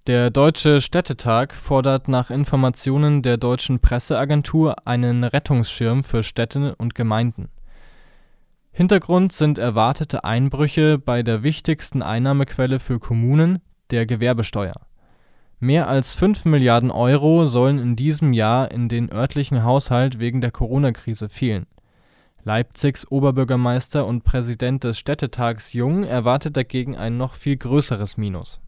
Der Deutsche Städtetag fordert nach Informationen der Deutschen Presseagentur einen Rettungsschirm für Städte und Gemeinden. Hintergrund sind erwartete Einbrüche bei der wichtigsten Einnahmequelle für Kommunen, der Gewerbesteuer. Mehr als 5 Milliarden Euro sollen in diesem Jahr in den örtlichen Haushalt wegen der Corona-Krise fehlen. Leipzigs Oberbürgermeister und Präsident des Städtetags Jung erwartet dagegen ein noch viel größeres Minus.